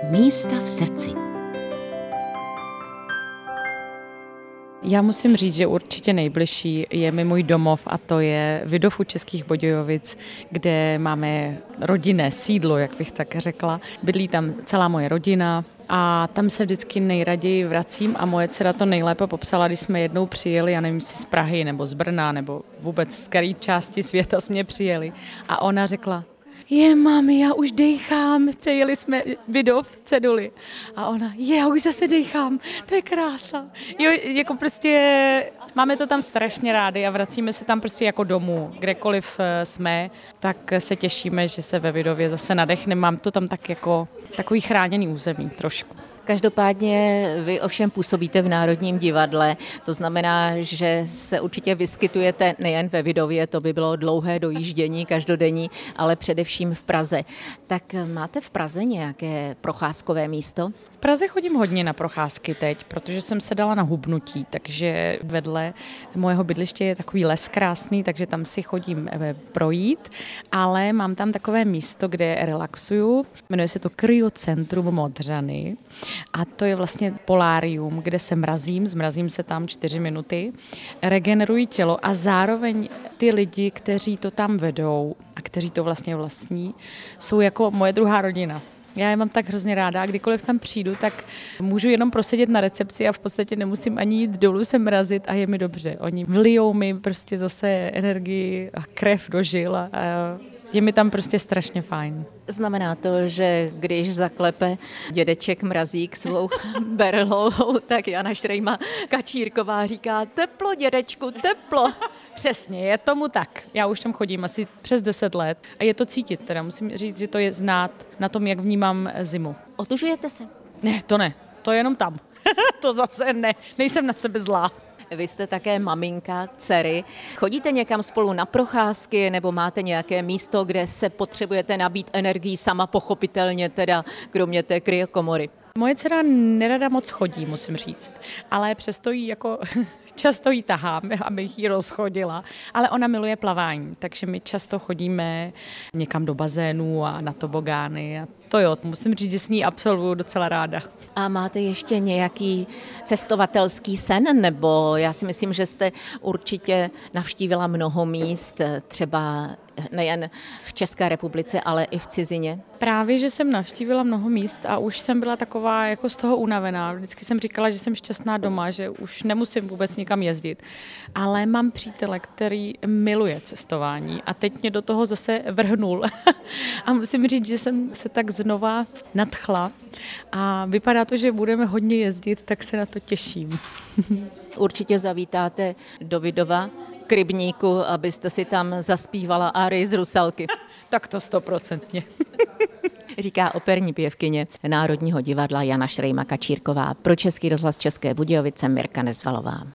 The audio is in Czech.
Místa v srdci. Já musím říct, že určitě nejbližší je mi můj domov a to je Vidov u Českých Budějovic, kde máme rodinné sídlo, jak bych tak řekla. Bydlí tam celá moje rodina a tam se vždycky nejraději vracím a moje dcera to nejlépe popsala, když jsme jednou přijeli, já nevím, jestli z Prahy nebo z Brna nebo vůbec z které části světa jsme přijeli a ona řekla: mami, já už dejchám, přejeli jsme Vidov, Ceduly. A ona, já už zase dejchám, to je krása. Jo, jako prostě máme to tam strašně rádi a vracíme se tam prostě jako domů, kdekoliv jsme, tak se těšíme, že se ve Vidově zase nadechneme. Mám to tam tak jako takový chráněný území trošku. Každopádně vy ovšem působíte v Národním divadle, to znamená, že se určitě vyskytujete nejen ve Vidově, to by bylo dlouhé dojíždění každodenní, ale především v Praze. Tak máte v Praze nějaké procházkové místo? V Praze chodím hodně na procházky teď, protože jsem se dala na hubnutí, takže vedle mojeho bydliště je takový les krásný, takže tam si chodím projít, ale mám tam takové místo, kde relaxuju, jmenuje se to Kryocentrum Modřany. A to je vlastně polárium, kde se zmrazím se tam 4 minuty, regeneruji tělo a zároveň ty lidi, kteří to tam vedou a kteří to vlastně vlastní, jsou jako moje druhá rodina. Já je mám tak hrozně ráda a kdykoliv tam přijdu, tak můžu jenom prosedět na recepci a v podstatě nemusím ani jít dolů se mrazit a je mi dobře. Oni vlijou mi prostě zase energii a krev do žil a je mi tam prostě strašně fajn. Znamená to, že když zaklepe dědeček Mrazík svou berlou, tak Jana Šrejma Kačírková říká: teplo, dědečku, teplo. Přesně, je tomu tak. Já už tam chodím asi přes 10 let a je to cítit. Teda musím říct, že to je znát na tom, jak vnímám zimu. Otužujete se? Ne, to je jenom tam. To zase ne, nejsem na sebe zlá. Vy jste také maminka dcery. Chodíte někam spolu na procházky nebo máte nějaké místo, kde se potřebujete nabít energií sama pochopitelně, teda kromě té kryokomory? Moje dcera nerada moc chodí, musím říct, ale přesto jí jako často jí tahám, abych ji rozchodila, ale ona miluje plavání, takže my často chodíme někam do bazénu a na tobogány a to jo, musím říct, že s ní absolvuju docela ráda. A máte ještě nějaký cestovatelský sen, nebo já si myslím, že jste určitě navštívila mnoho míst, třeba nejen v České republice, ale i v cizině? Právě, že jsem navštívila mnoho míst a už jsem byla taková jako z toho unavená. Vždycky jsem říkala, že jsem šťastná doma, že už nemusím vůbec nikam jezdit. Ale mám přítele, který miluje cestování a teď mě do toho zase vrhnul. A musím říct, že jsem se tak znova nadchla a vypadá to, že budeme hodně jezdit, tak se na to těším. Určitě zavítáte do Vidova k rybníku, abyste si tam zaspívala árii z Rusalky. Tak to 100%. Říká operní pěvkyně Národního divadla Jana Šrejma Kačírková. Pro Český rozhlas České Budějovice Mirka Nezvalová.